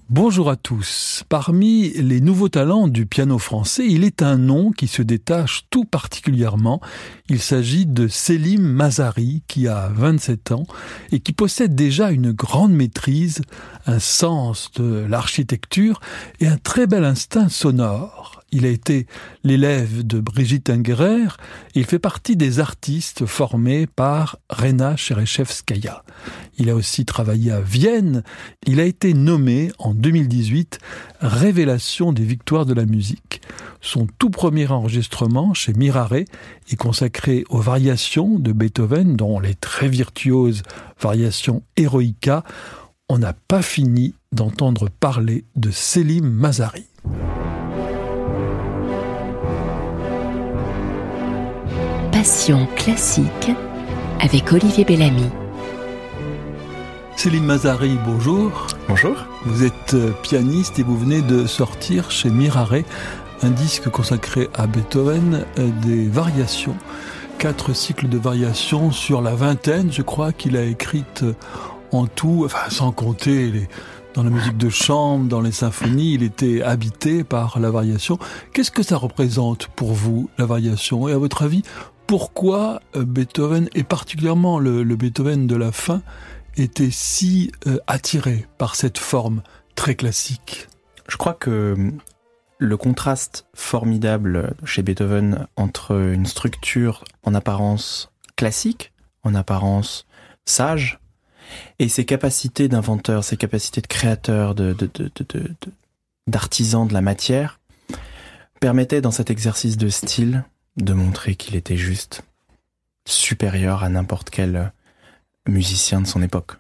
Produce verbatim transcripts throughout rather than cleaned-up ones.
Bonjour à tous. Parmi les nouveaux talents du piano français, il est un nom qui se détache tout particulièrement. Il s'agit de Selim Mazari, qui a vingt-sept ans et qui possède déjà une grande maîtrise, un sens de l'architecture et un très bel instinct sonore. Il a été l'élève de Brigitte Ungerer et il fait partie des artistes formés par Rena Cherechevskaya. Il a aussi travaillé à Vienne. Il a été nommé en deux mille dix-huit Révélation des victoires de la musique. Son tout premier enregistrement chez Mirare est consacré aux variations de Beethoven, dont les très virtuoses variations Eroica. On n'a pas fini d'entendre parler de Selim Mazari. Passion classique avec Olivier Bellamy. Selim Mazari, bonjour. Bonjour. Vous êtes pianiste et vous venez de sortir chez Mirare un disque consacré à Beethoven, des variations, quatre cycles de variations sur la vingtaine, je crois, qu'il a écrites en tout, enfin sans compter les, dans la musique de chambre, dans les symphonies, il était habité par la variation. Qu'est-ce que ça représente pour vous, la variation ? Et à votre avis, pourquoi Beethoven, et particulièrement le, le Beethoven de la fin, était si euh, attiré par cette forme très classique ? Je crois que le contraste formidable chez Beethoven entre une structure en apparence classique, en apparence sage, et ses capacités d'inventeur, ses capacités de créateur, de, de, de, de, de, de, d'artisan de la matière, permettait dans cet exercice de style de montrer qu'il était juste supérieur à n'importe quel musicien de son époque.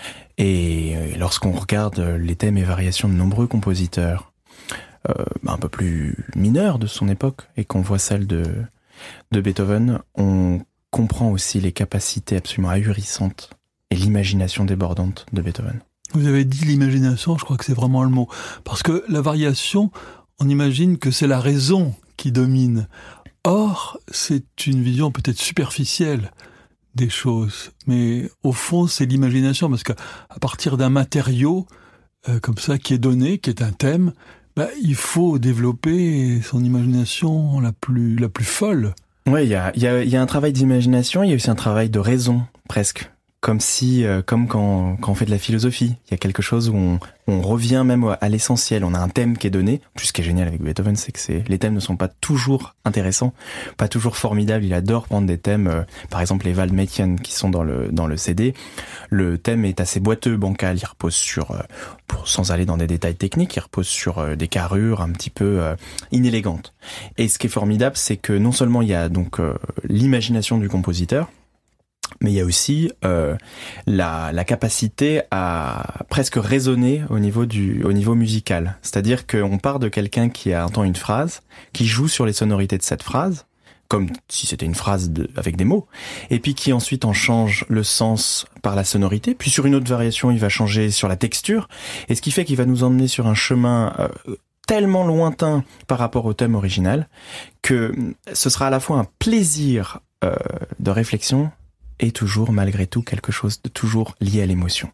Et lorsqu'on regarde les thèmes et variations de nombreux compositeurs euh, un peu plus mineurs de son époque et qu'on voit celles de, de Beethoven, on comprend aussi les capacités absolument ahurissantes et l'imagination débordante de Beethoven. Vous avez dit l'imagination, je crois que c'est vraiment le mot. Parce que la variation, on imagine que c'est la raison qui domine. Or, c'est une vision peut-être superficielle des choses. Mais au fond, c'est l'imagination. Parce qu'à partir d'un matériau euh, comme ça qui est donné, qui est un thème, bah, il faut développer son imagination la plus, la plus folle. Oui, il y a, y, a, y a un travail d'imagination, il y a aussi un travail de raison, presque. Comme si, euh, comme quand, quand on fait de la philosophie, il y a quelque chose où on, on revient même à l'essentiel. On a un thème qui est donné. En plus, ce qui est génial avec Beethoven, c'est que c'est, les thèmes ne sont pas toujours intéressants, pas toujours formidables. Il adore prendre des thèmes, euh, par exemple les Waldmädchen qui sont dans le dans le C D. Le thème est assez boiteux, bancal. Il repose sur, euh, pour sans aller dans des détails techniques, il repose sur euh, des carrures un petit peu euh, inélégantes. Et ce qui est formidable, c'est que non seulement il y a donc euh, l'imagination du compositeur, mais il y a aussi euh, la, la capacité à presque raisonner au niveau du, au niveau musical. C'est-à-dire qu'on part de quelqu'un qui entend une phrase, qui joue sur les sonorités de cette phrase, comme si c'était une phrase de, avec des mots, et puis qui ensuite en change le sens par la sonorité, puis sur une autre variation, il va changer sur la texture, et ce qui fait qu'il va nous emmener sur un chemin euh, tellement lointain par rapport au thème original, que ce sera à la fois un plaisir euh, de réflexion, et toujours, malgré tout, quelque chose de toujours lié à l'émotion.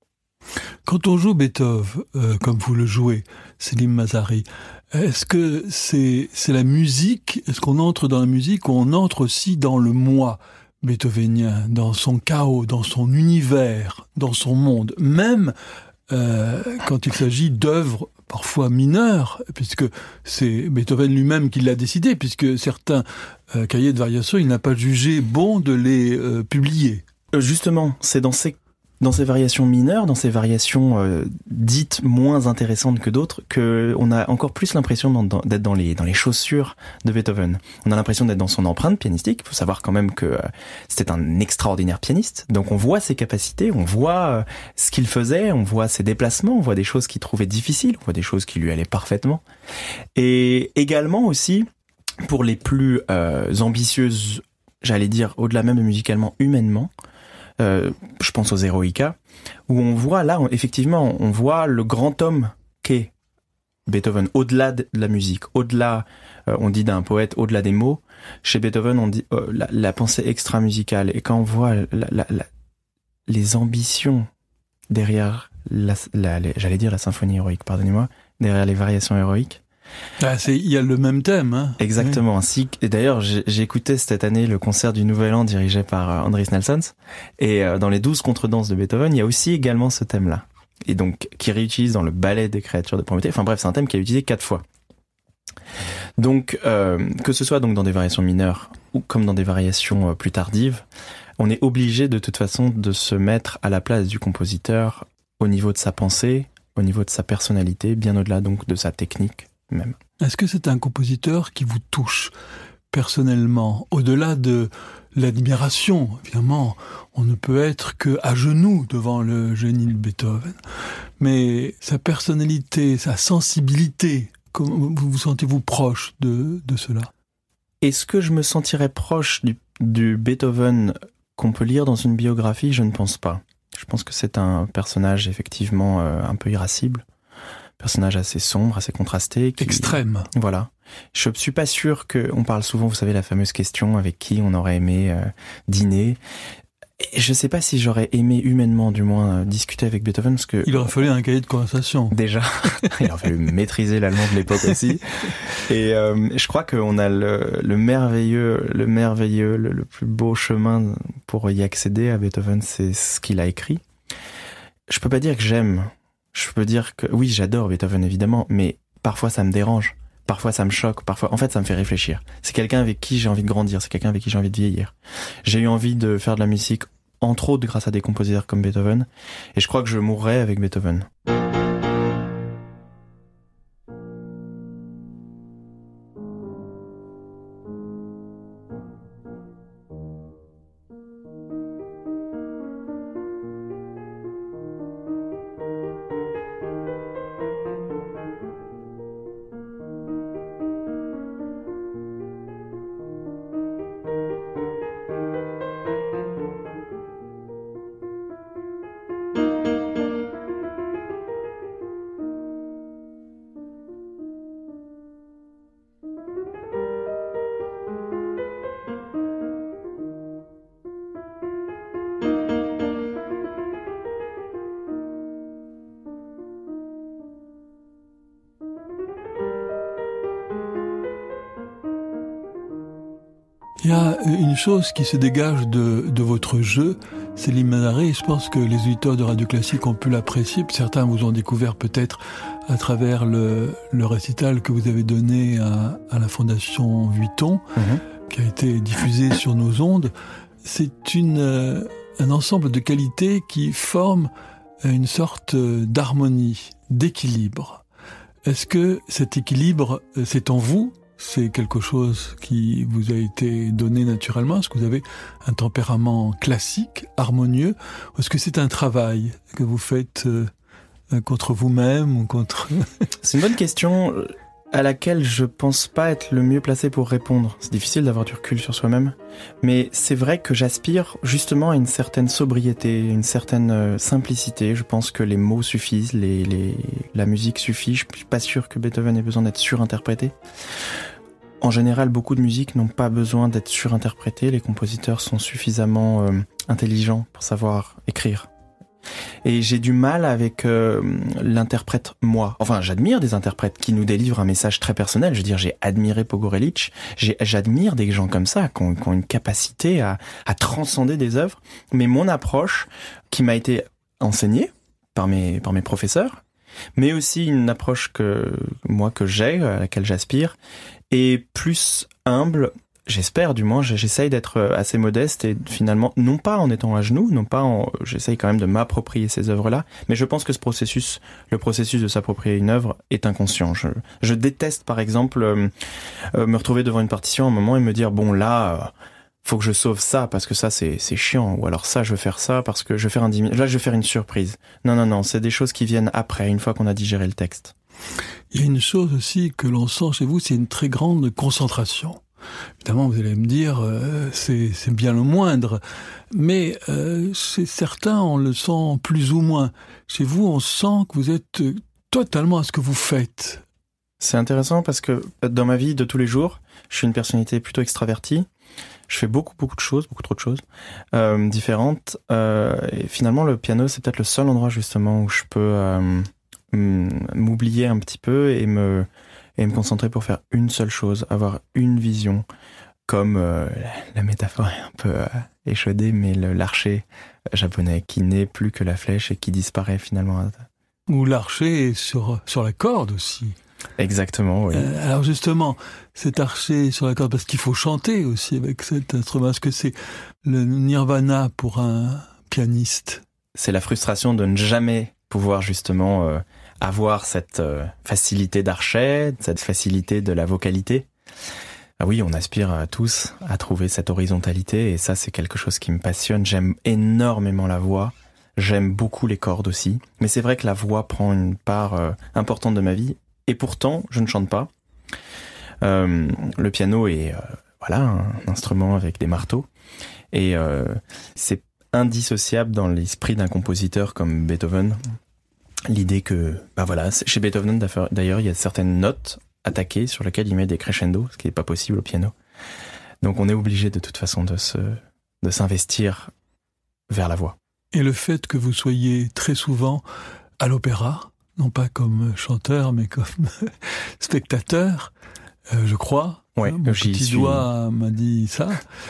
Quand on joue Beethoven, euh, comme vous le jouez, Selim Mazari, est-ce que c'est, c'est la musique, est-ce qu'on entre dans la musique ou on entre aussi dans le moi beethovenien, dans son chaos, dans son univers, dans son monde, même euh, quand il s'agit d'œuvres parfois mineures, puisque c'est Beethoven lui-même qui l'a décidé, puisque certains euh, cahiers de variations, il n'a pas jugé bon de les euh, publier. Justement, c'est dans ces, dans ces variations mineures, dans ces variations euh, dites moins intéressantes que d'autres, qu'on a encore plus l'impression dans, dans, d'être dans les, dans les chaussures de Beethoven. On a l'impression d'être dans son empreinte pianistique. Il faut savoir quand même que euh, c'était un extraordinaire pianiste. Donc on voit ses capacités, on voit euh, ce qu'il faisait, on voit ses déplacements, on voit des choses qu'il trouvait difficiles, on voit des choses qui lui allaient parfaitement. Et également aussi, pour les plus euh, ambitieuses, j'allais dire au-delà même de musicalement, humainement, Euh, je pense aux Eroica, où on voit là, on, effectivement, on voit le grand homme qu'est Beethoven, au-delà de la musique, au-delà, euh, on dit d'un poète, au-delà des mots. Chez Beethoven, on dit euh, la, la pensée extra-musicale. Et quand on voit la, la, la, les ambitions derrière la, la, les, j'allais dire la symphonie héroïque, pardonnez-moi, derrière les variations héroïques. Ah, c'est, il y a le même thème. Hein. Exactement. Oui. Ainsi, et d'ailleurs, j'ai, j'ai écouté cette année le concert du Nouvel An dirigé par euh, Andris Nelsons. Et euh, dans les douze contredanses de Beethoven, il y a aussi également ce thème-là. Et donc, qui réutilise dans le ballet des créatures de Prométhée. Enfin bref, c'est un thème qui est utilisé quatre fois. Donc, euh, que ce soit donc dans des variations mineures ou comme dans des variations euh, plus tardives, on est obligé de toute façon de se mettre à la place du compositeur au niveau de sa pensée, au niveau de sa personnalité, bien au-delà donc de sa technique. Même. Est-ce que c'est un compositeur qui vous touche personnellement, au-delà de l'admiration? Évidemment, on ne peut être que à genoux devant le génie de Beethoven, mais sa personnalité, sa sensibilité, comment vous vous sentez-vous proche de, de cela? Est-ce que je me sentirais proche du, du Beethoven qu'on peut lire dans une biographie? Je ne pense pas. Je pense que c'est un personnage effectivement euh, un peu irascible. Personnage assez sombre, assez contrasté. Qui... Extrême. Voilà. Je suis pas sûr que... On parle souvent, vous savez, la fameuse question avec qui on aurait aimé euh, dîner. Et je sais pas si j'aurais aimé humainement, du moins, euh, discuter avec Beethoven, parce que... Il aurait fallu un cahier de conversation. Déjà. Il aurait fallu maîtriser l'allemand de l'époque aussi. Et euh, je crois qu'on a le, le merveilleux, le merveilleux, le, le plus beau chemin pour y accéder à Beethoven, c'est ce qu'il a écrit. Je peux pas dire que j'aime... Je peux dire que oui, j'adore Beethoven évidemment, mais parfois ça me dérange, parfois ça me choque, parfois, en fait, ça me fait réfléchir. C'est quelqu'un avec qui j'ai envie de grandir, c'est quelqu'un avec qui j'ai envie de vieillir. J'ai eu envie de faire de la musique, entre autres grâce à des compositeurs comme Beethoven, et je crois que je mourrai avec Beethoven. Il y a une chose qui se dégage de, de votre jeu, c'est l'imagerie. Je pense que les auditeurs de Radio Classique ont pu l'apprécier. Certains vous ont découvert peut-être à travers le, le récital que vous avez donné à, à la Fondation Vuitton, mmh. qui a été diffusé sur nos ondes. C'est une, euh, un ensemble de qualités qui forment une sorte d'harmonie, d'équilibre. Est-ce que cet équilibre, c'est en vous ? C'est quelque chose qui vous a été donné naturellement? Est-ce que vous avez un tempérament classique, harmonieux? Ou est-ce que c'est un travail que vous faites euh, contre vous-même ou contre... C'est une bonne question à laquelle je pense pas être le mieux placé pour répondre. C'est difficile d'avoir du recul sur soi-même. Mais c'est vrai que j'aspire justement à une certaine sobriété, une certaine simplicité. Je pense que les mots suffisent, les, les, la musique suffit. Je suis pas sûr que Beethoven ait besoin d'être surinterprété. En général, beaucoup de musiques n'ont pas besoin d'être surinterprétées. Les compositeurs sont suffisamment euh, intelligents pour savoir écrire. Et j'ai du mal avec euh, l'interprète moi. Enfin, j'admire des interprètes qui nous délivrent un message très personnel. Je veux dire, j'ai admiré Pogorelic. J'ai, j'admire des gens comme ça, qui ont, qui ont une capacité à, à transcender des œuvres. Mais mon approche, qui m'a été enseignée par mes, par mes professeurs, mais aussi une approche que moi que j'ai, à laquelle j'aspire, est plus humble. J'espère, du moins, j'essaye d'être assez modeste et finalement, non pas en étant à genoux, non pas en, j'essaye quand même de m'approprier ces œuvres-là, mais je pense que ce processus, le processus de s'approprier une œuvre est inconscient. Je, je déteste, par exemple, euh, euh, me retrouver devant une partition à un moment et me dire, bon, là, euh, faut que je sauve ça parce que ça, c'est, c'est chiant, ou alors ça, je veux faire ça parce que je vais faire un dix minutes, là, je vais faire une surprise. Non, non, non, c'est des choses qui viennent après, une fois qu'on a digéré le texte. Il y a une chose aussi que l'on sent chez vous, c'est une très grande concentration. Évidemment, vous allez me dire, euh, c'est, c'est bien le moindre, mais euh, chez certains, on le sent plus ou moins. Chez vous, on sent que vous êtes totalement à ce que vous faites. C'est intéressant parce que dans ma vie de tous les jours, je suis une personnalité plutôt extravertie. Je fais beaucoup, beaucoup de choses, beaucoup trop de choses euh, différentes. Euh, et finalement, le piano, c'est peut-être le seul endroit justement où je peux euh, m'oublier un petit peu et me, et me concentrer pour faire une seule chose, avoir une vision. Comme euh, la métaphore est un peu euh, échaudée, mais le, l'archer japonais qui n'est plus que la flèche et qui disparaît finalement. Ou l'archer est sur, sur la corde aussi. Exactement, oui. Euh, alors justement, cet archer sur la corde, parce qu'il faut chanter aussi avec cet instrument. Est-ce que c'est le nirvana pour un pianiste ? C'est la frustration de ne jamais pouvoir justement euh, avoir cette euh, facilité d'archet, cette facilité de la vocalité. Ah oui, on aspire à tous à trouver cette horizontalité et ça, c'est quelque chose qui me passionne. J'aime énormément la voix. J'aime beaucoup les cordes aussi. Mais c'est vrai que la voix prend une part euh, importante de ma vie. Et pourtant, je ne chante pas. Euh, le piano est euh, voilà un instrument avec des marteaux. Et euh, c'est indissociable dans l'esprit d'un compositeur comme Beethoven. L'idée que, bah voilà, chez Beethoven d'ailleurs, il y a certaines notes attaquées sur lesquelles il met des crescendo, ce qui n'est pas possible au piano. Donc on est obligé de toute façon de se, de s'investir vers la voix. Et le fait que vous soyez très souvent à l'opéra, non pas comme chanteur, mais comme spectateur, euh, je crois. Ouais, hein, mon j'y petit suis. doigt m'a dit ça.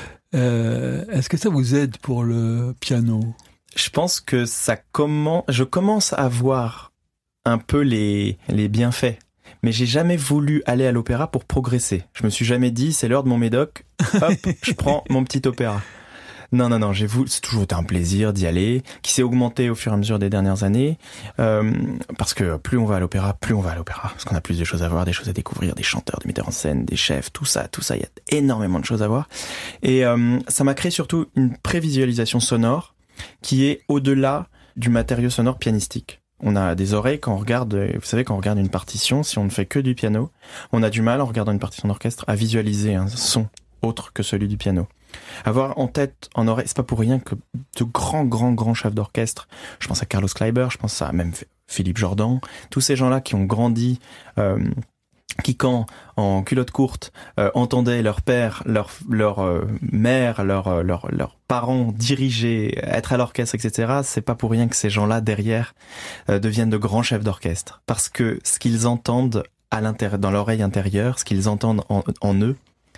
Euh, est-ce que ça vous aide pour le piano ? Je pense que ça commence, je commence à voir un peu les, les bienfaits. Mais j'ai jamais voulu aller à l'opéra pour progresser. Je me suis jamais dit, c'est l'heure de mon médoc, hop, je prends mon petit opéra. Non, non, non, j'ai voulu, c'est toujours été un plaisir d'y aller, qui s'est augmenté au fur et à mesure des dernières années, euh, parce que plus on va à l'opéra, plus on va à l'opéra, parce qu'on a plus de choses à voir, des choses à découvrir, des chanteurs, des metteurs en scène, des chefs, tout ça, tout ça, il y a énormément de choses à voir. Et euh, ça m'a créé surtout une prévisualisation sonore qui est au-delà du matériau sonore pianistique. On a des oreilles quand on regarde, vous savez, quand on regarde une partition, si on ne fait que du piano, on a du mal en regardant une partition d'orchestre à visualiser un son autre que celui du piano. Avoir en tête, en oreille, c'est pas pour rien que de grands, grands, grands chefs d'orchestre, je pense à Carlos Kleiber, je pense à même Philippe Jordan, tous ces gens-là qui ont grandi, euh, qui quand en culotte courte euh, entendaient leur père, leur leur euh, mère, leur leur leurs parents diriger, être à l'orchestre, et cetera. C'est pas pour rien que ces gens-là derrière euh, deviennent de grands chefs d'orchestre, parce que ce qu'ils entendent à l'intérieur, dans l'oreille intérieure, ce qu'ils entendent en, en eux,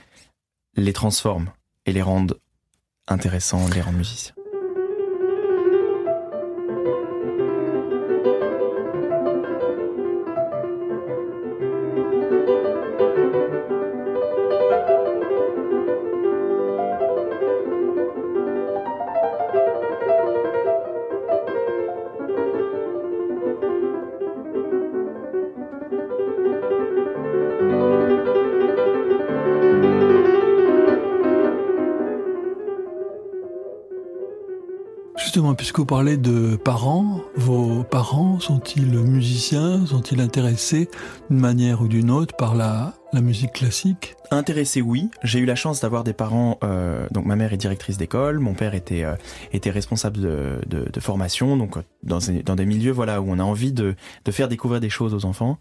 les transforme et les rendent intéressants, les rendent musiciens. Justement, puisque vous parlez de parents, vos parents sont-ils musiciens ? Sont-ils intéressés d'une manière ou d'une autre par la, la musique classique ? Intéressé, oui. J'ai eu la chance d'avoir des parents. Euh, donc ma mère est directrice d'école, mon père était euh, était responsable de, de, de formation. Donc dans dans des milieux voilà où on a envie de de faire découvrir des choses aux enfants.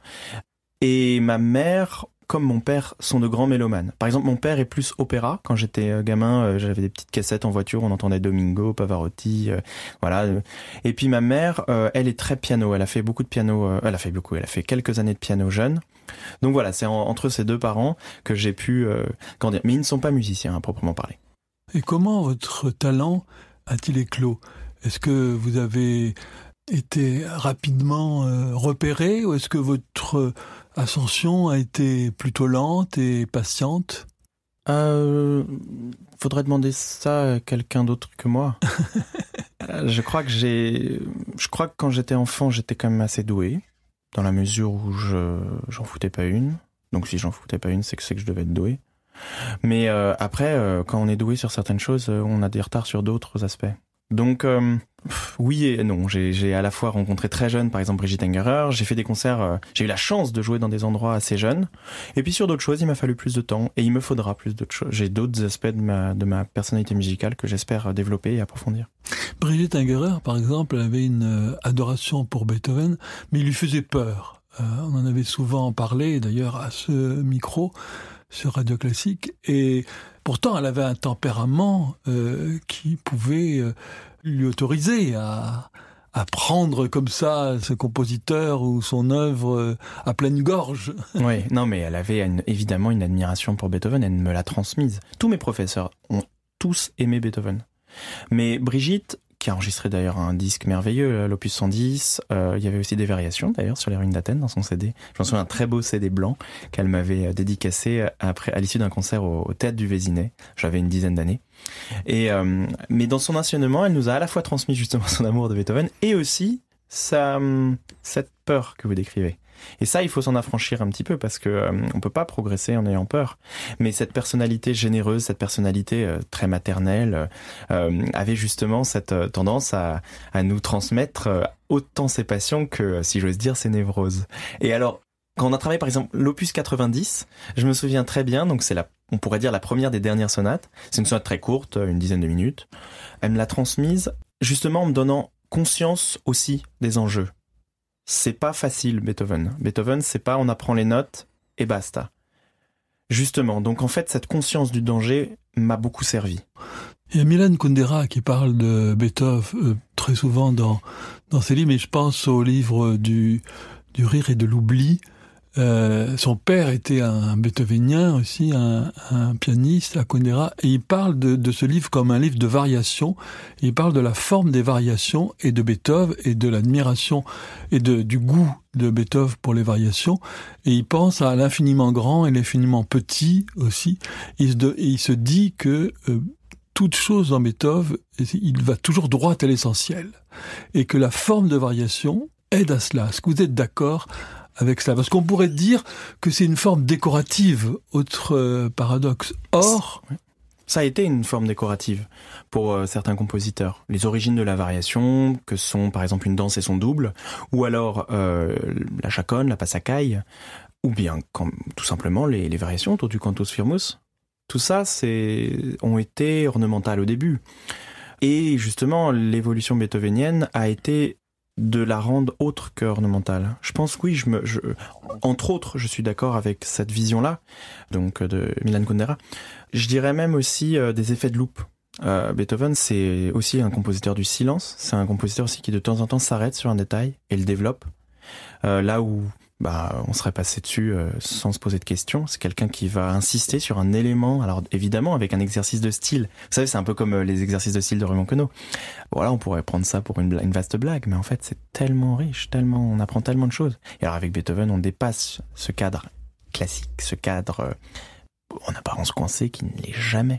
Et ma mère, comme mon père, sont de grands mélomanes. Par exemple, mon père est plus opéra. Quand j'étais gamin, euh, j'avais des petites cassettes en voiture, on entendait Domingo, Pavarotti, euh, voilà. Et puis ma mère, euh, elle est très piano. Elle a fait beaucoup de piano. Euh, elle a fait beaucoup. Elle a fait quelques années de piano jeune. Donc voilà, c'est en, entre ces deux parents que j'ai pu euh, grandir. Mais ils ne sont pas musiciens à proprement parler. Et comment votre talent a-t-il éclos ? Est-ce que vous avez été rapidement euh, repéré ou est-ce que votre ascension a été plutôt lente et patiente ? Euh, faudrait demander ça à quelqu'un d'autre que moi. je crois que j'ai, je crois que quand j'étais enfant, j'étais quand même assez doué, dans la mesure où je, j'en foutais pas une. Donc si j'en foutais pas une, c'est que c'est que je devais être doué. Mais euh, après, euh, quand on est doué sur certaines choses, euh, on a des retards sur d'autres aspects. Donc euh, oui et non, j'ai, j'ai à la fois rencontré très jeune, par exemple Brigitte Engerer, j'ai fait des concerts, euh, j'ai eu la chance de jouer dans des endroits assez jeunes, et puis sur d'autres choses, il m'a fallu plus de temps, et il me faudra plus d'autres choses. J'ai d'autres aspects de ma, de ma personnalité musicale que j'espère développer et approfondir. Brigitte Engerer, par exemple, avait une adoration pour Beethoven, mais il lui faisait peur. Euh, on en avait souvent parlé, d'ailleurs, à ce micro. sur Radio Classique. Et pourtant, elle avait un tempérament euh, qui pouvait euh, lui autoriser à, à prendre comme ça ce compositeur ou son œuvre euh, à pleine gorge. Oui, non, mais elle avait une, évidemment une admiration pour Beethoven, elle me l'a transmise. Tous mes professeurs ont tous aimé Beethoven. Mais Brigitte, qui a enregistré d'ailleurs un disque merveilleux, l'opus cent dix. Euh, il y avait aussi des variations d'ailleurs sur les ruines d'Athènes dans son C D. Je m'en souviens, un très beau C D blanc qu'elle m'avait dédicacé après, à l'issue d'un concert au, au Théâtre du Vésinet. J'avais une dizaine d'années. Et, euh, mais dans son enseignement, elle nous a à la fois transmis justement son amour de Beethoven et aussi sa, cette peur que vous décrivez. Et ça, il faut s'en affranchir un petit peu parce que euh, on peut pas progresser en ayant peur. Mais cette personnalité généreuse, cette personnalité euh, très maternelle, euh, avait justement cette euh, tendance à, à nous transmettre euh, autant ses passions que, si j'ose dire, ses névroses. Et alors, quand on a travaillé par exemple l'opus quatre-vingt-dix, je me souviens très bien, donc c'est la, on pourrait dire la première des dernières sonates. C'est une sonate très courte, une dizaine de minutes. Elle me l'a transmise justement en me donnant conscience aussi des enjeux. C'est pas facile, Beethoven. Beethoven, c'est pas on apprend les notes et basta. Justement, donc en fait, cette conscience du danger m'a beaucoup servi. Il y a Milan Kundera qui parle de Beethoven euh, très souvent dans, dans ses livres, mais je pense au livre du, du rire et de l'oubli. Euh, son père était un beethovenien aussi, un, un pianiste à Kundera, et il parle de, de ce livre comme un livre de variations. Il parle de la forme des variations et de Beethoven et de l'admiration et de, du goût de Beethoven pour les variations. Et il pense à l'infiniment grand et l'infiniment petit aussi. Il se, de, il se dit que euh, toute chose dans Beethoven, il va toujours droit à l'essentiel, et que la forme de variation aide à cela. Est-ce que vous êtes d'accord avec cela? Parce qu'on pourrait dire que c'est une forme décorative, autre euh, paradoxe. Or, ça a été une forme décorative pour euh, certains compositeurs. Les origines de la variation, que sont par exemple une danse et son double, ou alors euh, la chaconne, la passacaille, ou bien quand, tout simplement les, les variations autour du cantus firmus. Tout ça, c'est, ont été ornementales au début. Et justement, l'évolution beethovenienne a été de la rendre autre que ornementale. Je pense que oui, je me, je, entre autres, je suis d'accord avec cette vision-là, donc de Milan Kundera. Je dirais même aussi euh, des effets de loupe. Euh, Beethoven, c'est aussi un compositeur du silence. C'est un compositeur aussi qui de temps en temps s'arrête sur un détail et le développe. Euh, là où bah, on serait passé dessus euh, sans se poser de questions. C'est quelqu'un qui va insister sur un élément, alors évidemment avec un exercice de style. Vous savez, c'est un peu comme euh, les exercices de style de Raymond Queneau. Voilà, on pourrait prendre ça pour une, une vaste blague, mais en fait c'est tellement riche, tellement, on apprend tellement de choses. Et alors avec Beethoven, on dépasse ce cadre classique, ce cadre euh, en apparence coincé qui ne l'est jamais.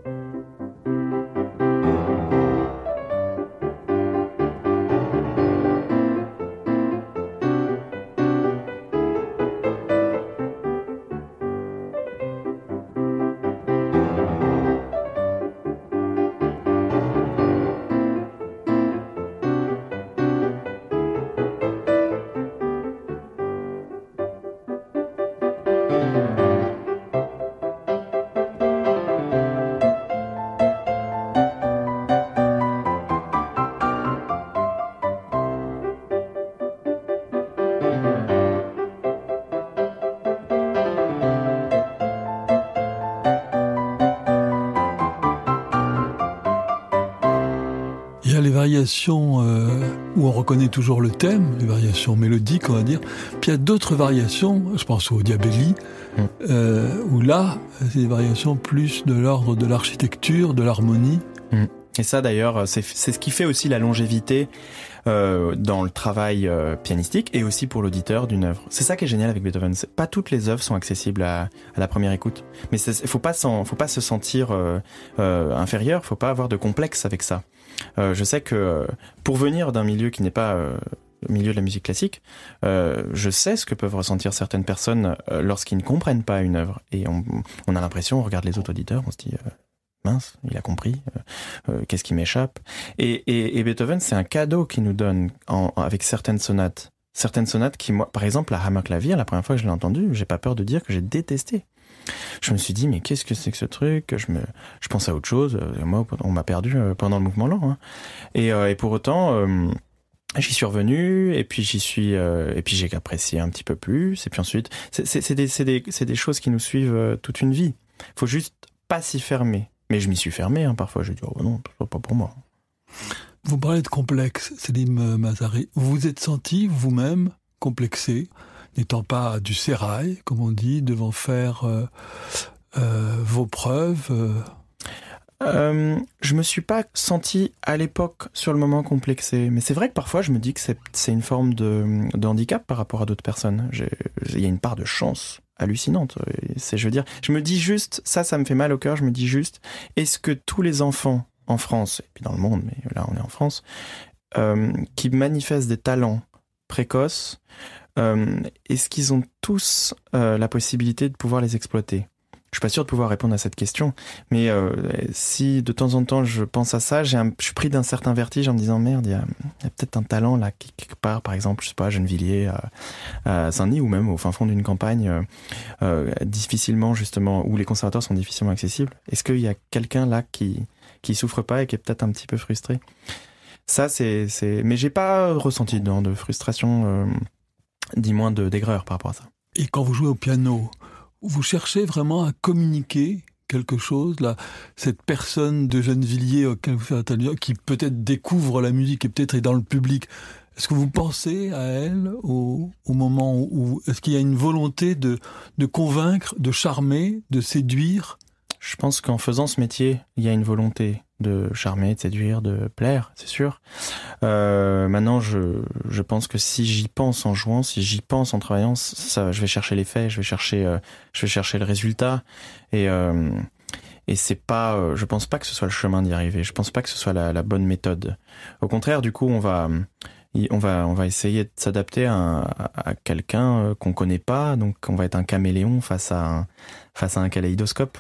Il y a les variations euh, où on reconnaît toujours le thème, les variations mélodiques, on va dire. Puis il y a d'autres variations, je pense au Diabelli, mmh. euh, où là, c'est des variations plus de l'ordre de l'architecture, de l'harmonie. Mmh. Et ça, d'ailleurs, c'est, c'est ce qui fait aussi la longévité euh, dans le travail euh, pianistique et aussi pour l'auditeur d'une œuvre. C'est ça qui est génial avec Beethoven. C'est, pas toutes les œuvres sont accessibles à, à la première écoute, mais il faut pas s'en, faut pas se sentir euh, euh, inférieur. Faut pas avoir de complexe avec ça. Euh, je sais que euh, pour venir d'un milieu qui n'est pas euh, le milieu de la musique classique, euh, je sais ce que peuvent ressentir certaines personnes euh, lorsqu'ils ne comprennent pas une œuvre. Et on, on a l'impression, on regarde les autres auditeurs, on se dit euh, mince, il a compris, euh, euh, qu'est-ce qui m'échappe. Et, et, et Beethoven, c'est un cadeau qu'il nous donne en, avec certaines sonates. Certaines sonates qui, moi, par exemple, la Hammerklavier, la première fois que je l'ai entendue, j'ai pas peur de dire que j'ai détesté. Je me suis dit, mais qu'est-ce que c'est que ce truc? Je me, je pense à autre chose. Moi, on m'a perdu pendant le mouvement lent. Hein. Et, euh, et pour autant, euh, J'y suis revenu et puis j'y suis euh, et puis j'ai apprécié un petit peu plus et puis ensuite c'est, c'est, c'est, des, c'est, des, c'est des choses qui nous suivent euh, toute une vie. Faut juste pas s'y fermer. Mais je m'y suis fermé hein, parfois. Je dis oh non, c'est pas pour moi. Vous parlez de complexe, Selim Mazari. Vous vous êtes senti vous-même complexé, n'étant pas du sérail, comme on dit, devant faire euh, euh, vos preuves. Euh... Euh, je me suis pas senti à l'époque sur le moment complexé, mais c'est vrai que parfois je me dis que c'est, c'est une forme de, de handicap par rapport à d'autres personnes. Il y a une part de chance hallucinante. C'est, je veux dire, je me dis juste, ça, ça me fait mal au cœur. Je me dis juste, est-ce que tous les enfants en France et puis dans le monde, mais là on est en France, euh, qui manifestent des talents précoces, euh, est-ce qu'ils ont tous euh, la possibilité de pouvoir les exploiter ? Je suis pas sûr de pouvoir répondre à cette question, mais euh, si de temps en temps je pense à ça, j'ai un, je suis pris d'un certain vertige en me disant merde, il y a, y a peut-être un talent là quelque part, par exemple, je sais pas, à Gennevilliers, à, à Saint-Denis ou même au fin fond d'une campagne, euh, euh, difficilement justement, où les conservatoires sont difficilement accessibles. Est-ce qu'il y a quelqu'un là qui qui souffre pas et qui est peut-être un petit peu frustré ? Ça, c'est, c'est, mais j'ai pas ressenti de, de frustration, euh, dis moins de d'aigreur par rapport à ça. Et quand vous jouez au piano, vous cherchez vraiment à communiquer quelque chose, là, cette personne de Gennevilliers auquel vous faites allusion, qui peut-être découvre la musique et peut-être est dans le public. Est-ce que vous pensez à elle au, au moment où, où est-ce qu'il y a une volonté de, de convaincre, de charmer, de séduire ? Je pense qu'en faisant ce métier, il y a une volonté de charmer, de séduire, de plaire, c'est sûr. Euh, maintenant, je, je pense que si j'y pense en jouant, si j'y pense en travaillant, ça, je vais chercher les faits, je vais chercher, euh, je vais chercher le résultat. Et, euh, et c'est pas, euh, je pense pas que ce soit le chemin d'y arriver. Je pense pas que ce soit la, la bonne méthode. Au contraire, du coup, on va, on va, on va essayer de s'adapter à, à, à quelqu'un qu'on connaît pas. Donc, on va être un caméléon face à un, face à un kaléidoscope.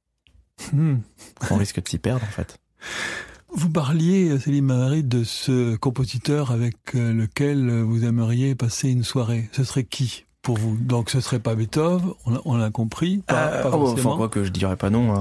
Mmh. On risque de s'y perdre, en fait. Vous parliez, Selim Mazari, de ce compositeur avec lequel vous aimeriez passer une soirée. Ce serait qui pour vous ? Donc ce serait pas Beethoven, on, a, on l'a compris, pas, euh, pas oh, forcément. Enfin, quoi que je dirais pas non. Hein.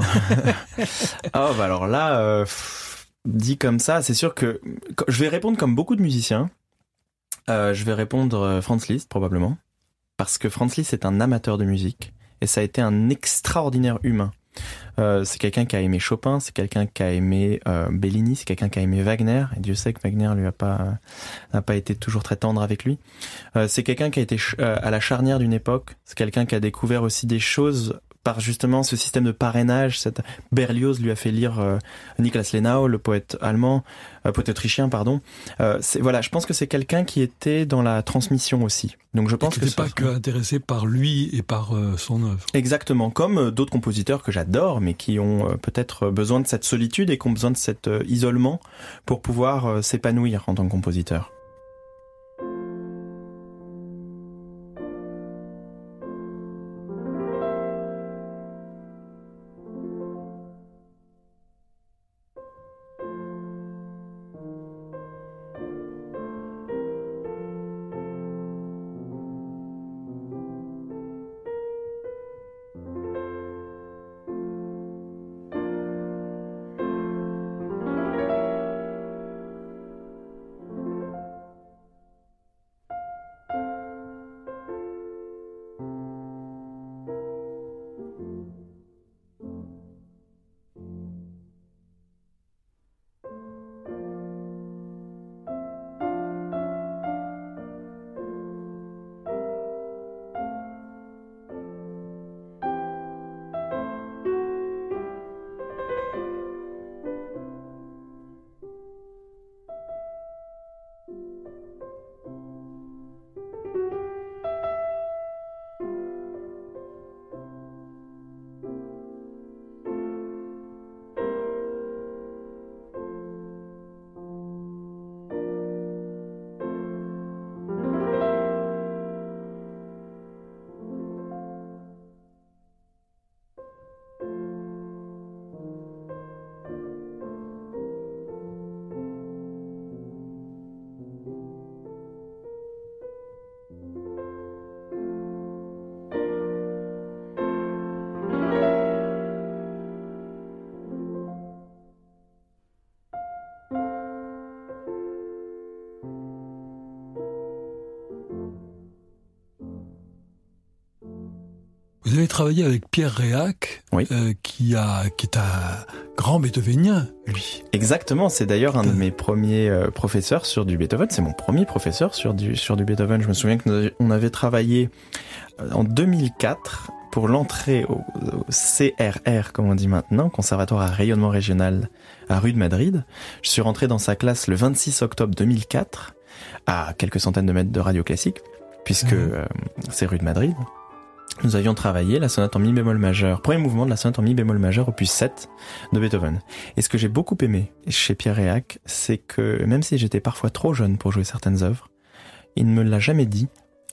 Ah bah alors là, euh, dit comme ça, c'est sûr que je vais répondre comme beaucoup de musiciens. Euh, je vais répondre Franz Liszt probablement, parce que Franz Liszt est un amateur de musique et ça a été un extraordinaire humain. Euh, c'est quelqu'un qui a aimé Chopin, c'est quelqu'un qui a aimé euh, Bellini, c'est quelqu'un qui a aimé Wagner, et Dieu sait que Wagner lui a pas n'a pas été toujours très tendre avec lui. Euh, c'est quelqu'un qui a été ch- euh, à la charnière d'une époque, c'est quelqu'un qui a découvert aussi des choses par justement ce système de parrainage. Cette Berlioz lui a fait lire euh, Niklas Lenau, le poète allemand, euh, poète autrichien, pardon. Euh, c'est, voilà, je pense que c'est quelqu'un qui était dans la transmission aussi. Donc je pense et que c'est pas que intéressé par lui et par euh, son œuvre. Exactement, comme euh, d'autres compositeurs que j'adore, mais qui ont euh, peut-être besoin de cette solitude et qui ont besoin de cet euh, isolement pour pouvoir euh, s'épanouir en tant que compositeur. Vous avez travaillé avec Pierre Réac, oui. euh, qui, a, qui est un grand beethovenien, lui. Exactement, c'est d'ailleurs un de mes premiers euh, professeurs sur du Beethoven. C'est mon premier professeur sur du, sur du Beethoven. Je me souviens qu'on avait travaillé en deux mille quatre pour l'entrée au, au C R R, comme on dit maintenant, Conservatoire à rayonnement régional à Rue de Madrid. Je suis rentré dans sa classe le vingt-six octobre deux mille quatre, à quelques centaines de mètres de Radio Classique, puisque mmh. euh, c'est Rue de Madrid. Nous avions travaillé la sonate en mi bémol majeur, premier mouvement de la sonate en mi bémol majeur opus sept de Beethoven. Et ce que j'ai beaucoup aimé chez Pierre Réac, c'est que même si j'étais parfois trop jeune pour jouer certaines œuvres, il ne me l'a jamais dit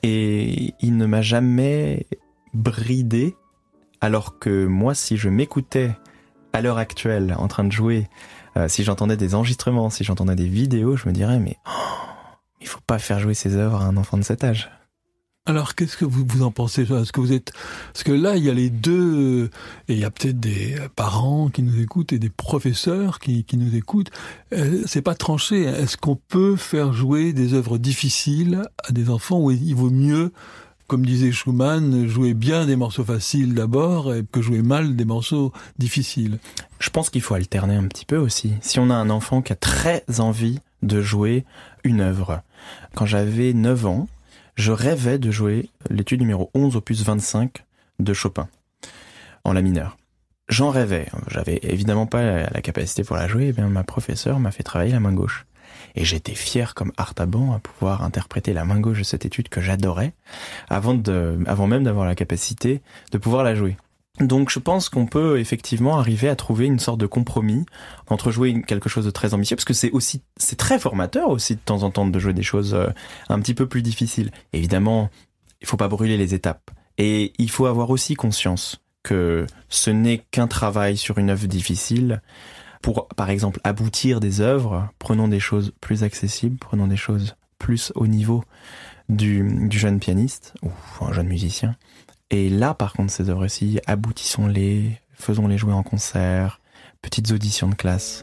et il ne m'a jamais bridé, alors que moi, si je m'écoutais à l'heure actuelle en train de jouer, euh, si j'entendais des enregistrements, si j'entendais des vidéos, je me dirais mais oh, il faut pas faire jouer ces œuvres à un enfant de cet âge. Alors, qu'est-ce que vous, vous en pensez? Est-ce que vous êtes, parce que là, il y a les deux, et il y a peut-être des parents qui nous écoutent et des professeurs qui, qui nous écoutent. C'est pas tranché. Est-ce qu'on peut faire jouer des œuvres difficiles à des enfants où il vaut mieux, comme disait Schumann, jouer bien des morceaux faciles d'abord que jouer mal des morceaux difficiles? Je pense qu'il faut alterner un petit peu aussi. Si on a un enfant qui a très envie de jouer une œuvre. Quand j'avais neuf ans, je rêvais de jouer l'étude numéro onze, opus vingt-cinq de Chopin, en la mineure. J'en rêvais. J'avais évidemment pas la capacité pour la jouer. Et bien, ma professeure m'a fait travailler la main gauche. Et j'étais fier comme Artaban à pouvoir interpréter la main gauche de cette étude que j'adorais, avant, de, avant même d'avoir la capacité de pouvoir la jouer. Donc je pense qu'on peut effectivement arriver à trouver une sorte de compromis entre jouer quelque chose de très ambitieux, parce que c'est aussi c'est très formateur aussi de temps en temps de jouer des choses un petit peu plus difficiles. Évidemment, il faut pas brûler les étapes. Et il faut avoir aussi conscience que ce n'est qu'un travail sur une œuvre difficile. Pour, par exemple, aboutir des œuvres, prenons des choses plus accessibles, prenons des choses plus au niveau du, du jeune pianiste ou un jeune musicien. Et là, par contre, ces œuvres-ci, aboutissons-les, faisons-les jouer en concert, petites auditions de classe.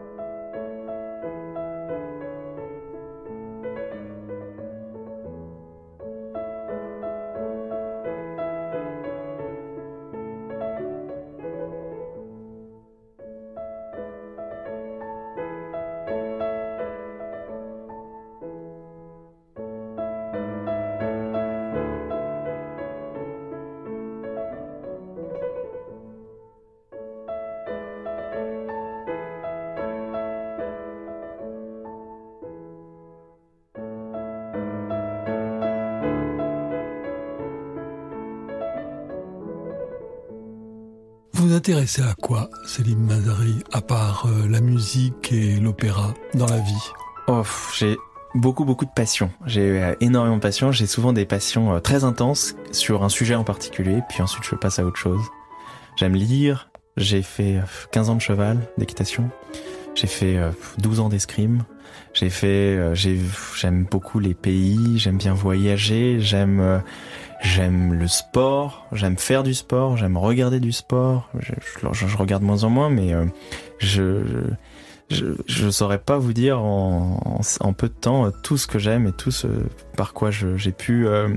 Vous vous intéressez à quoi, Selim Mazari, à part euh, la musique et l'opéra dans la vie? Oh, j'ai beaucoup, beaucoup de passion. J'ai euh, énormément de passion. J'ai souvent des passions euh, très intenses sur un sujet en particulier, puis ensuite je passe à autre chose. J'aime lire. J'ai fait quinze ans de cheval, d'équitation. J'ai fait euh, douze ans d'escrime. J'ai fait, euh, j'ai, j'aime beaucoup les pays. J'aime bien voyager. J'aime... Euh, J'aime le sport, j'aime faire du sport, j'aime regarder du sport. Je, je, je regarde moins en moins, mais euh, je, je je saurais pas vous dire en, en, en peu de temps tout ce que j'aime et tout ce par quoi je, j'ai pu euh,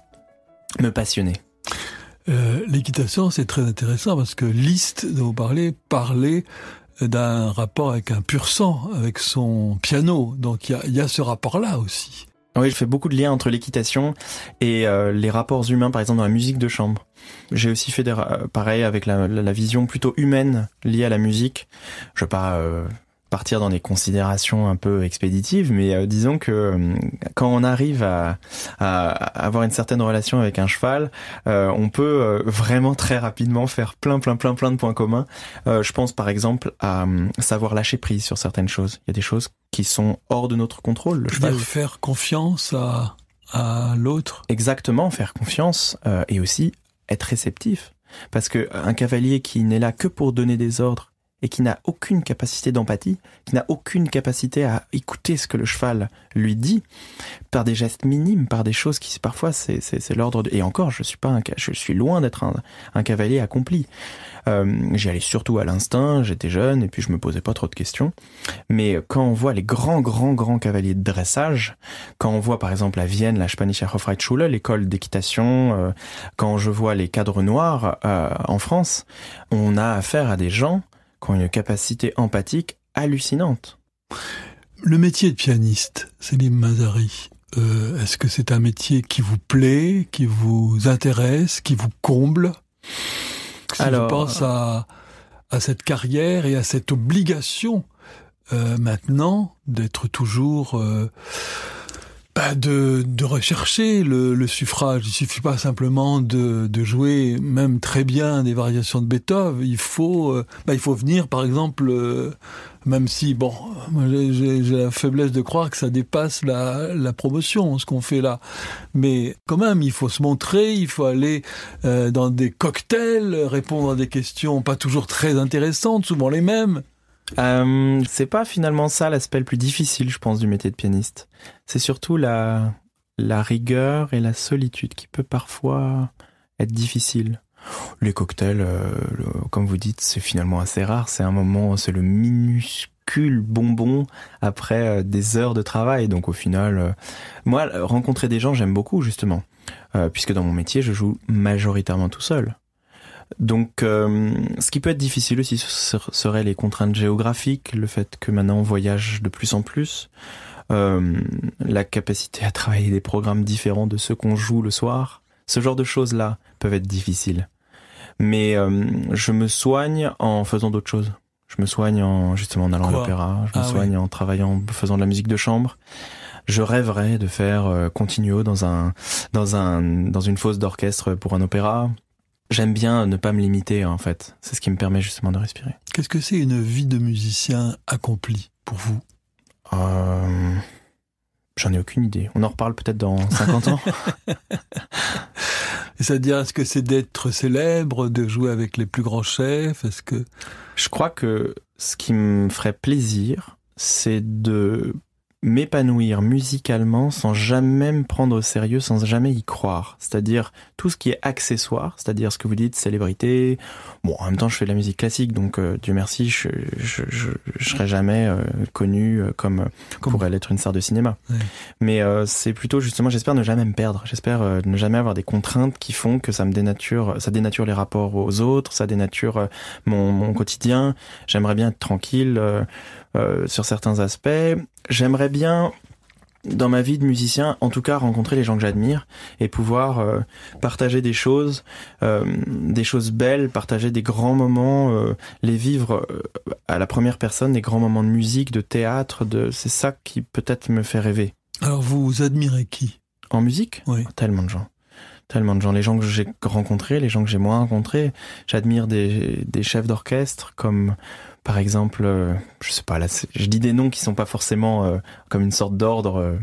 me passionner. Euh, l'équitation, c'est très intéressant parce que Liszt, dont vous parlez, parlait d'un rapport avec un pur sang, avec son piano. Donc il y a, y a ce rapport-là aussi. Oui, je fais beaucoup de liens entre l'équitation et euh, les rapports humains, par exemple dans la musique de chambre. J'ai aussi fait des, euh, pareil avec la, la, la vision plutôt humaine liée à la musique. Je vais pas euh, partir dans des considérations un peu expéditives, mais euh, disons que euh, quand on arrive à, à avoir une certaine relation avec un cheval, euh, on peut euh, vraiment très rapidement faire plein, plein, plein, plein de points communs. Euh, je pense par exemple à euh, savoir lâcher prise sur certaines choses. Il y a des choses qui sont hors de notre contrôle. Le cheval. Faire confiance à, à l'autre. Exactement, faire confiance euh, et aussi être réceptif. Parce que un cavalier qui n'est là que pour donner des ordres et qui n'a aucune capacité d'empathie, qui n'a aucune capacité à écouter ce que le cheval lui dit, par des gestes minimes, par des choses qui parfois c'est, c'est, c'est l'ordre de... Et encore, je suis pas un, je suis loin d'être un, un cavalier accompli. Euh, j'y allais surtout à l'instinct, j'étais jeune et puis je me posais pas trop de questions. Mais quand on voit les grands, grands, grands cavaliers de dressage, quand on voit par exemple à Vienne la Spanische Hofreitschule, l'école d'équitation, euh, quand je vois les cadres noirs euh, en France, on a affaire à des gens qui ont une capacité empathique hallucinante. Le métier de pianiste, Selim Mazari, euh, est-ce que c'est un métier qui vous plaît, qui vous intéresse, qui vous comble ? Si Alors, je pense à, à cette carrière et à cette obligation euh, maintenant d'être toujours... Euh, bah de, de rechercher le, le suffrage. Il suffit pas simplement de, de jouer même très bien des variations de Beethoven. Il faut, euh, bah il faut venir, par exemple, euh, même si, bon, moi j'ai, j'ai la faiblesse de croire que ça dépasse la, la promotion, ce qu'on fait là. Mais quand même, il faut se montrer, il faut aller euh, dans des cocktails, répondre à des questions pas toujours très intéressantes, souvent les mêmes. Euh, c'est pas finalement ça l'aspect le plus difficile, je pense, du métier de pianiste. C'est surtout la, la rigueur et la solitude qui peut parfois être difficile. Les cocktails, euh, le, comme vous dites, c'est finalement assez rare. C'est un moment, c'est le minuscule bonbon après euh, des heures de travail. Donc au final, euh, moi, rencontrer des gens, j'aime beaucoup justement, euh, puisque dans mon métier, je joue majoritairement tout seul. Donc, euh, ce qui peut être difficile aussi ce serait les contraintes géographiques, le fait que maintenant on voyage de plus en plus, euh, la capacité à travailler des programmes différents de ceux qu'on joue le soir. Ce genre de choses-là peuvent être difficiles. Mais euh, je me soigne en faisant d'autres choses. Je me soigne en justement en allant Quoi à l'opéra, je me ah, soigne oui. en travaillant, en faisant de la musique de chambre. Je rêverais de faire euh, continuo dans un dans un dans une fosse d'orchestre pour un opéra. J'aime bien ne pas me limiter, en fait. C'est ce qui me permet justement de respirer. Qu'est-ce que c'est une vie de musicien accomplie pour vous ? euh, J'en ai aucune idée. On en reparle peut-être dans cinquante ans. C'est-à-dire, est-ce que c'est d'être célèbre, de jouer avec les plus grands chefs ? Est-ce que... Je crois que ce qui me ferait plaisir, c'est de m'épanouir musicalement sans jamais me prendre au sérieux, sans jamais y croire. C'est-à-dire tout ce qui est accessoire, c'est-à-dire ce que vous dites, célébrité. Bon, en même temps, je fais de la musique classique, donc euh, Dieu merci, je je je, je serai jamais euh, connu euh, comme, comme pourrait l'être une star de cinéma. Oui. Mais euh, c'est plutôt justement, j'espère ne jamais me perdre. J'espère euh, ne jamais avoir des contraintes qui font que ça me dénature, ça dénature les rapports aux autres, ça dénature euh, mon mon quotidien. J'aimerais bien être tranquille. Euh, Euh, sur certains aspects. J'aimerais bien, dans ma vie de musicien, en tout cas rencontrer les gens que j'admire et pouvoir euh, partager des choses, euh, des choses belles, partager des grands moments, euh, les vivre euh, à la première personne, des grands moments de musique, de théâtre, de... c'est ça qui peut-être me fait rêver. Alors vous admirez qui ? En musique ? Oui. Tellement de gens. Tellement de gens. Les gens que j'ai rencontrés, les gens que j'ai moins rencontrés. J'admire des, des chefs d'orchestre comme... Par exemple, euh, je sais pas, là, je dis des noms qui sont pas forcément euh, comme une sorte d'ordre euh,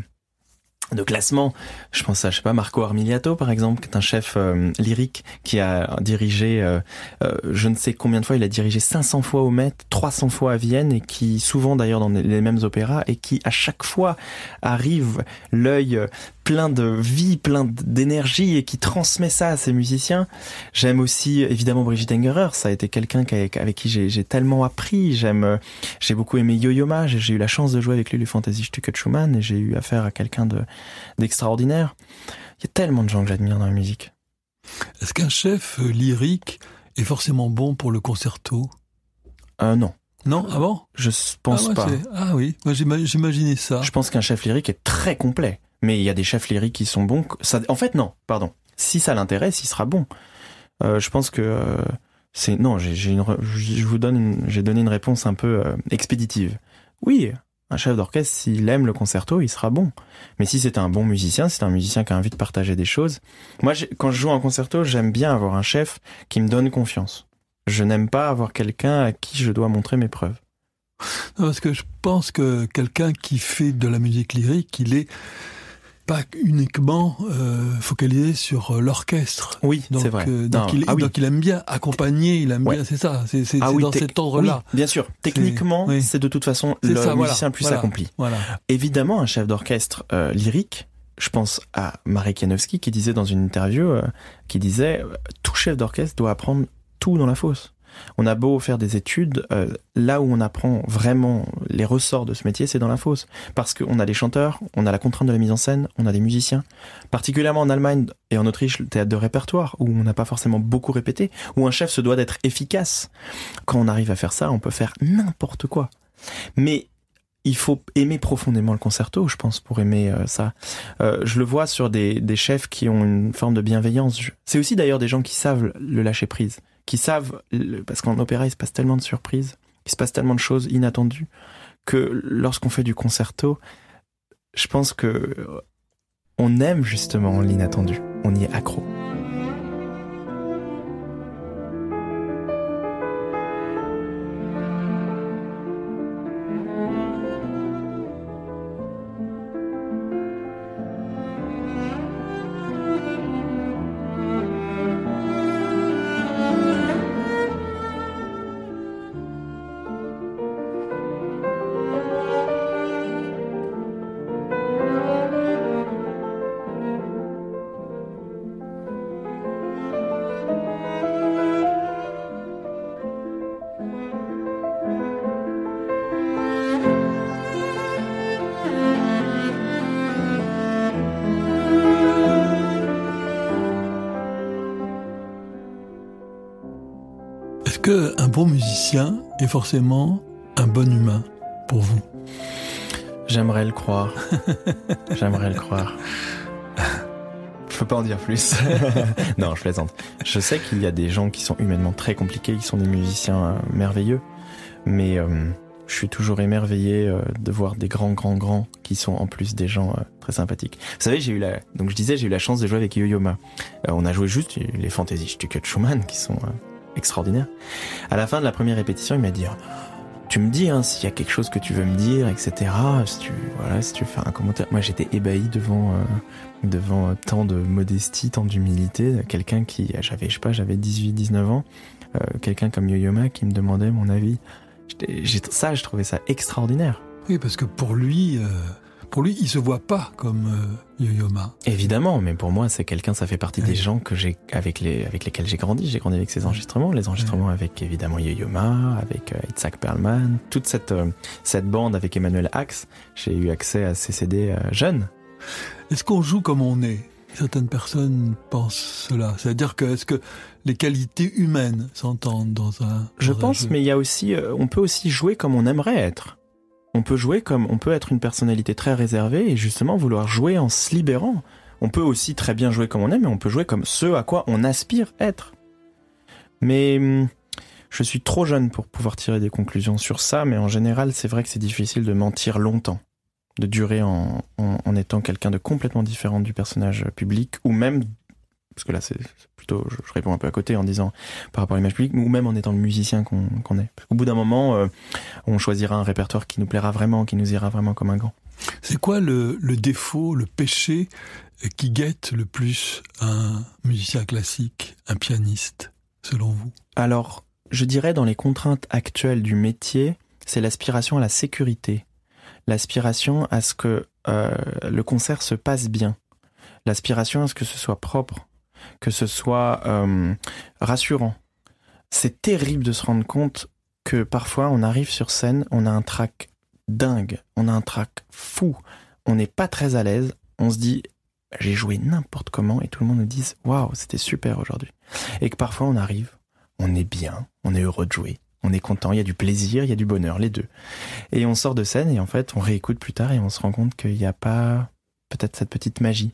de classement. Je pense à, je sais pas, Marco Armiliato, par exemple, qui est un chef euh, lyrique qui a dirigé, euh, euh, je ne sais combien de fois, il a dirigé cinq cents fois au Met, trois cents fois à Vienne, et qui, souvent d'ailleurs dans les mêmes opéras, et qui à chaque fois arrive l'œil plein de vie, plein d'énergie, et qui transmet ça à ses musiciens. J'aime aussi évidemment Brigitte Engerer, ça a été quelqu'un avec, avec qui j'ai, j'ai tellement appris. J'aime, j'ai beaucoup aimé Yo-Yo Ma, j'ai, j'ai eu la chance de jouer avec lui le Fantasy-Stücke de Schumann, et j'ai eu affaire à quelqu'un de, d'extraordinaire. Il y a tellement de gens que j'admire dans la musique. Est-ce qu'un chef lyrique est forcément bon pour le concerto ? Euh, non. Non, ah bon ? Je pense ah ouais, pas. C'est... Ah oui, moi j'imaginais ça. Je pense qu'un chef lyrique est très complet. Mais il y a des chefs lyriques qui sont bons. Ça, en fait, non, pardon. Si ça l'intéresse, il sera bon. Euh, je pense que euh, c'est non. J'ai, j'ai une, je vous donne, une, j'ai donné une réponse un peu euh, expéditive. Oui, un chef d'orchestre, s'il aime le concerto, il sera bon. Mais si c'est un bon musicien, c'est un musicien qui a envie de partager des choses. Moi, j'ai, quand je joue un concerto, j'aime bien avoir un chef qui me donne confiance. Je n'aime pas avoir quelqu'un à qui je dois montrer mes preuves. Non, parce que je pense que quelqu'un qui fait de la musique lyrique, il est pas uniquement euh, focalisé sur l'orchestre. Oui, donc, c'est vrai. Euh, donc, non, il, ah oui. donc il aime bien accompagner, il aime ouais. bien, c'est ça, c'est, c'est, ah c'est oui, dans tec- cet ordre-là. Oui, bien sûr. Techniquement, c'est, oui. c'est de toute façon c'est le ça, musicien voilà, le plus voilà, accompli. Voilà. Évidemment, un chef d'orchestre euh, lyrique, je pense à Marek Janowski qui disait dans une interview, euh, qui disait euh, tout chef d'orchestre doit apprendre tout dans la fosse. On a beau faire des études, euh, là où on apprend vraiment les ressorts de ce métier, c'est dans la fosse. Parce qu'on a des chanteurs, on a la contrainte de la mise en scène, on a des musiciens. Particulièrement en Allemagne et en Autriche, le théâtre de répertoire, où on n'a pas forcément beaucoup répété, où un chef se doit d'être efficace. Quand on arrive à faire ça, on peut faire n'importe quoi. Mais il faut aimer profondément le concerto, je pense, pour aimer euh, ça. Euh, je le vois sur des, des chefs qui ont une forme de bienveillance. C'est aussi d'ailleurs des gens qui savent le lâcher prise, qui savent, parce qu'en opéra, il se passe tellement de surprises, il se passe tellement de choses inattendues, que lorsqu'on fait du concerto, je pense que on aime justement l'inattendu, on y est accro. Est-ce qu'un bon musicien est forcément un bon humain pour vous ? J'aimerais le croire. J'aimerais le croire. Je peux pas en dire plus. Non, je plaisante. Je sais qu'il y a des gens qui sont humainement très compliqués, qui sont des musiciens euh, merveilleux, mais euh, je suis toujours émerveillé euh, de voir des grands, grands, grands qui sont en plus des gens euh, très sympathiques. Vous savez, j'ai eu la, donc je disais, j'ai eu la chance de jouer avec Yo-Yo Ma. Euh, on a joué juste les Fantasy-Stücke de Schumann qui sont euh, extraordinaires. À la fin de la première répétition, il m'a dit tu me dis hein, s'il y a quelque chose que tu veux me dire, et cetera. Si tu voilà, si tu veux faire un commentaire. Moi, j'étais ébahi devant euh, devant euh, tant de modestie, tant d'humilité. Quelqu'un qui, j'avais, je sais pas, j'avais dix-huit, dix-neuf ans. Euh, quelqu'un comme Yo-Yo Ma qui me demandait mon avis. J'étais, j'ai, ça, je trouvais ça extraordinaire. Oui, parce que pour lui, euh, pour lui, il se voit pas comme euh, Yo-Yo Ma. Évidemment, mais pour moi, c'est quelqu'un, ça fait partie oui. des gens que j'ai, avec les, avec lesquels j'ai grandi. J'ai grandi avec ses enregistrements, les enregistrements oui. avec évidemment Yo-Yo Ma, avec euh, Itzhak Perlman, toute cette, euh, cette bande avec Emmanuel Ax. J'ai eu accès à ces C D euh, jeunes. Est-ce qu'on joue comme on est ? Certaines personnes pensent cela. C'est-à-dire que, est-ce que les qualités humaines s'entendent dans un dans Je un pense, jeu ? mais il y a aussi, euh, on peut aussi jouer comme on aimerait être. On peut jouer comme, on peut être une personnalité très réservée et justement vouloir jouer en se libérant. On peut aussi très bien jouer comme on aime, mais on peut jouer comme ce à quoi on aspire être. Mais hum, je suis trop jeune pour pouvoir tirer des conclusions sur ça, mais en général, c'est vrai que c'est difficile de mentir longtemps, de durer en, en, en étant quelqu'un de complètement différent du personnage public, ou même, parce que là c'est plutôt, je, je réponds un peu à côté en disant par rapport à l'image publique, ou même en étant le musicien qu'on, qu'on est. Parce qu'au bout d'un moment, euh, on choisira un répertoire qui nous plaira vraiment, qui nous ira vraiment comme un gant. C'est quoi le, le défaut, le péché qui guette le plus un musicien classique, un pianiste, selon vous ? Alors, je dirais dans les contraintes actuelles du métier, c'est l'aspiration à la sécurité, l'aspiration à ce que euh, le concert se passe bien, l'aspiration à ce que ce soit propre, que ce soit euh, rassurant. C'est terrible de se rendre compte que parfois on arrive sur scène, on a un trac dingue, on a un trac fou, on n'est pas très à l'aise, on se dit j'ai joué n'importe comment et tout le monde nous dit waouh c'était super aujourd'hui. Et que parfois on arrive, on est bien, on est heureux de jouer, on est content, il y a du plaisir, il y a du bonheur, les deux. Et on sort de scène et en fait on réécoute plus tard et on se rend compte qu'il n'y a pas peut-être cette petite magie.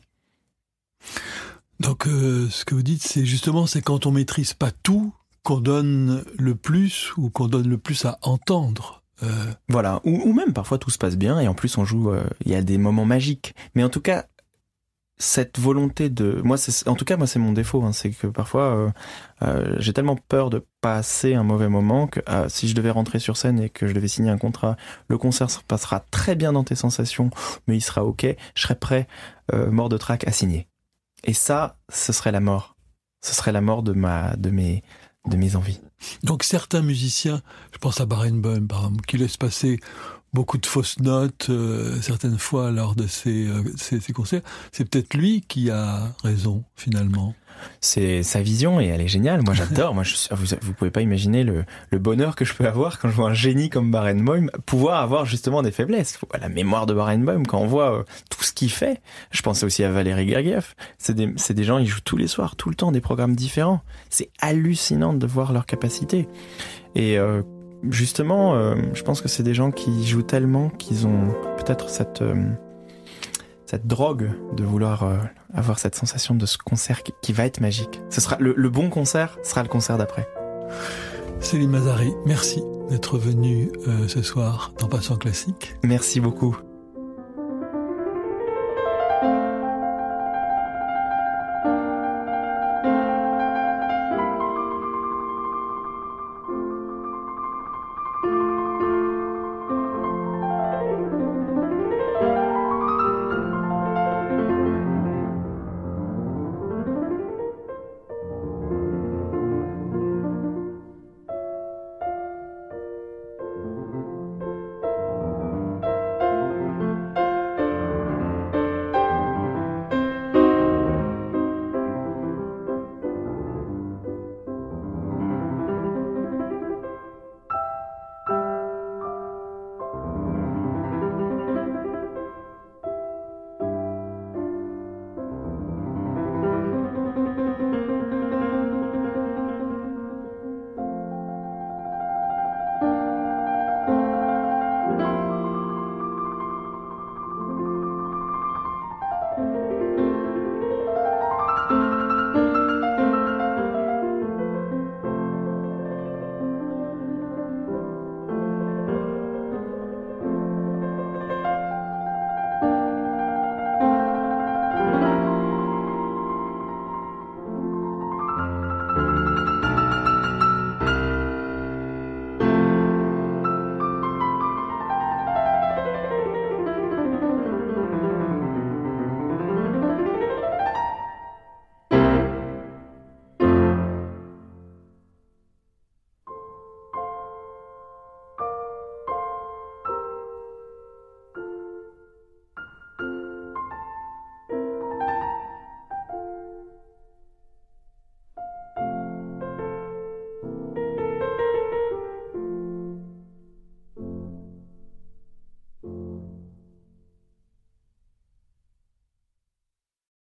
Donc euh, ce que vous dites, c'est justement c'est quand on maîtrise pas tout qu'on donne le plus ou qu'on donne le plus à entendre. Euh... Voilà, ou, ou même parfois tout se passe bien et en plus on joue, il euh, y a des moments magiques. Mais en tout cas, cette volonté de, moi, c'est, en tout cas, moi, c'est mon défaut, hein, c'est que parfois, euh, euh, j'ai tellement peur de passer un mauvais moment que euh, si je devais rentrer sur scène et que je devais signer un contrat, le concert se passera très bien dans tes sensations, mais il sera ok, je serais prêt, euh, mort de trac, à signer. Et ça, ce serait la mort. Ce serait la mort de ma, de mes, de mes envies. Donc certains musiciens, je pense à Barenboim par exemple, qui laissent passer beaucoup de fausses notes, euh, certaines fois lors de ses, euh, ses, ses concerts. C'est peut-être lui qui a raison, finalement. C'est sa vision et elle est géniale. Moi, j'adore. Moi, je, vous, vous pouvez pas imaginer le, le bonheur que je peux avoir quand je vois un génie comme Barenboim pouvoir avoir justement des faiblesses. La mémoire de Barenboim, quand on voit euh, tout ce qu'il fait. Je pensais aussi à Valéry Gergiev. C'est des, c'est des gens, ils jouent tous les soirs, tout le temps, des programmes différents. C'est hallucinant de voir leur capacité. Et euh, justement, euh, je pense que c'est des gens qui jouent tellement qu'ils ont peut-être cette... Euh, cette drogue de vouloir euh, avoir cette sensation de ce concert qui, qui va être magique. Ce sera le, le bon concert sera le concert d'après. Céline Mazary, merci d'être venue euh, ce soir dans Passion Classique. Merci beaucoup.